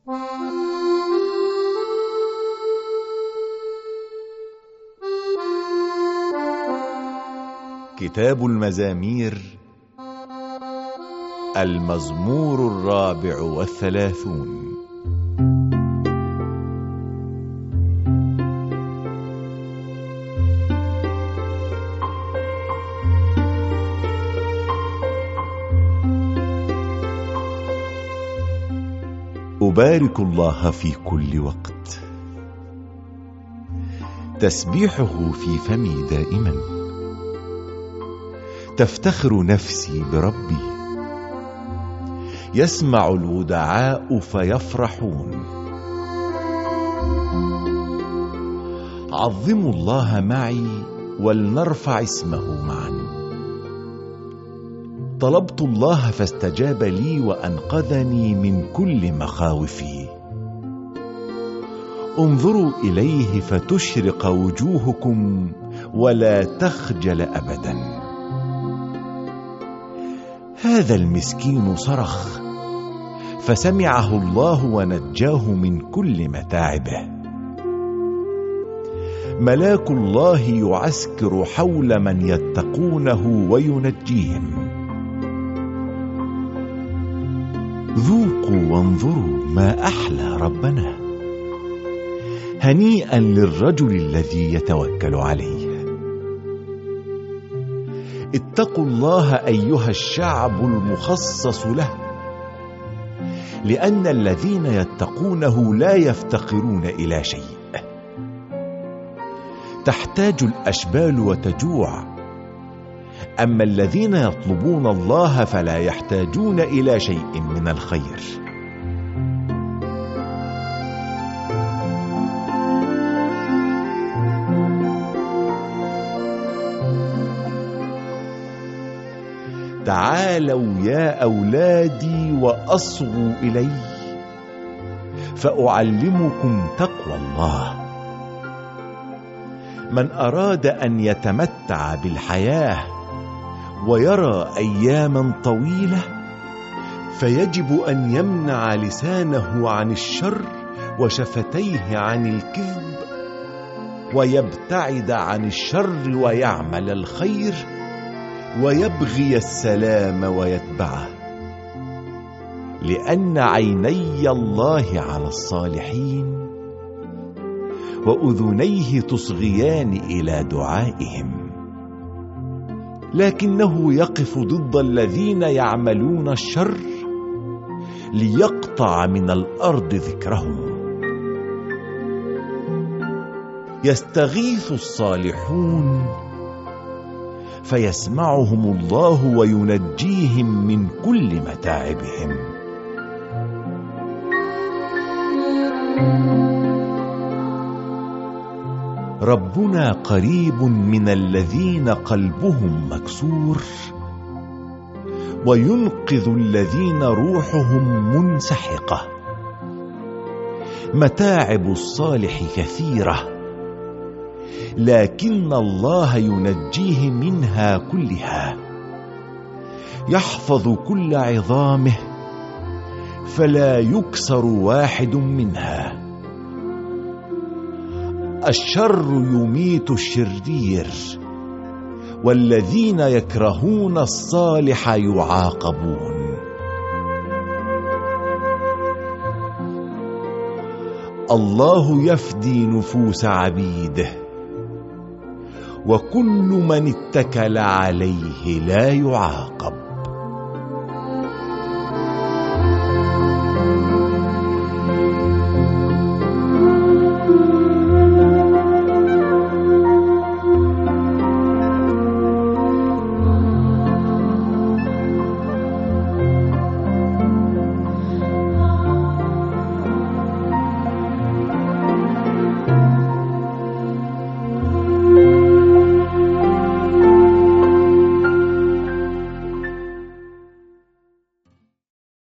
كتاب المزامير، المزمور 34. أبارك الله في كل وقت، تسبيحه في فمي دائما. تفتخر نفسي بربي، يسمع الودعاء فيفرحون. عظموا الله معي ولنرفع اسمه معا. طلبت الله فاستجاب لي وأنقذني من كل مخاوفي. انظروا إليه فتشرق وجوهكم ولا تخجل أبدا. هذا المسكين صرخ فسمعه الله ونجاه من كل متاعبه. ملاك الله يعسكر حول من يتقونه وينجيهم. ذوقوا وانظروا ما أحلى ربنا. هنيئا للرجل الذي يتوكل عليه. اتقوا الله أيها الشعب المخصص له، لأن الذين يتقونه لا يفتقرون إلى شيء. تحتاج الأشبال وتجوع، أما الذين يطلبون الله فلا يحتاجون إلى شيء من الخير. تعالوا يا أولادي وأصغوا إلي، فأعلمكم تقوى الله. من أراد أن يتمتع بالحياة ويرى أياما طويلة، فيجب أن يمنع لسانه عن الشر وشفتيه عن الكذب، ويبتعد عن الشر ويعمل الخير، ويبغي السلام ويتبعه. لأن عيني الله على الصالحين، وأذنيه تصغيان إلى دعائهم، لكنه يقف ضد الذين يعملون الشر ليقطع من الأرض ذكرهم. يستغيث الصالحون فيسمعهم الله وينجيهم من كل متاعبهم. ربنا قريب من الذين قلبهم مكسور، وينقذ الذين روحهم منسحقة. متاعب الصالح كثيرة، لكن الله ينجيه منها كلها. يحفظ كل عظامه، فلا يكسر واحد منها. الشر يميت الشرير، والذين يكرهون الصالح يعاقبون. الله يفدي نفوس عبيده، وكل من اتكل عليه لا يعاقب.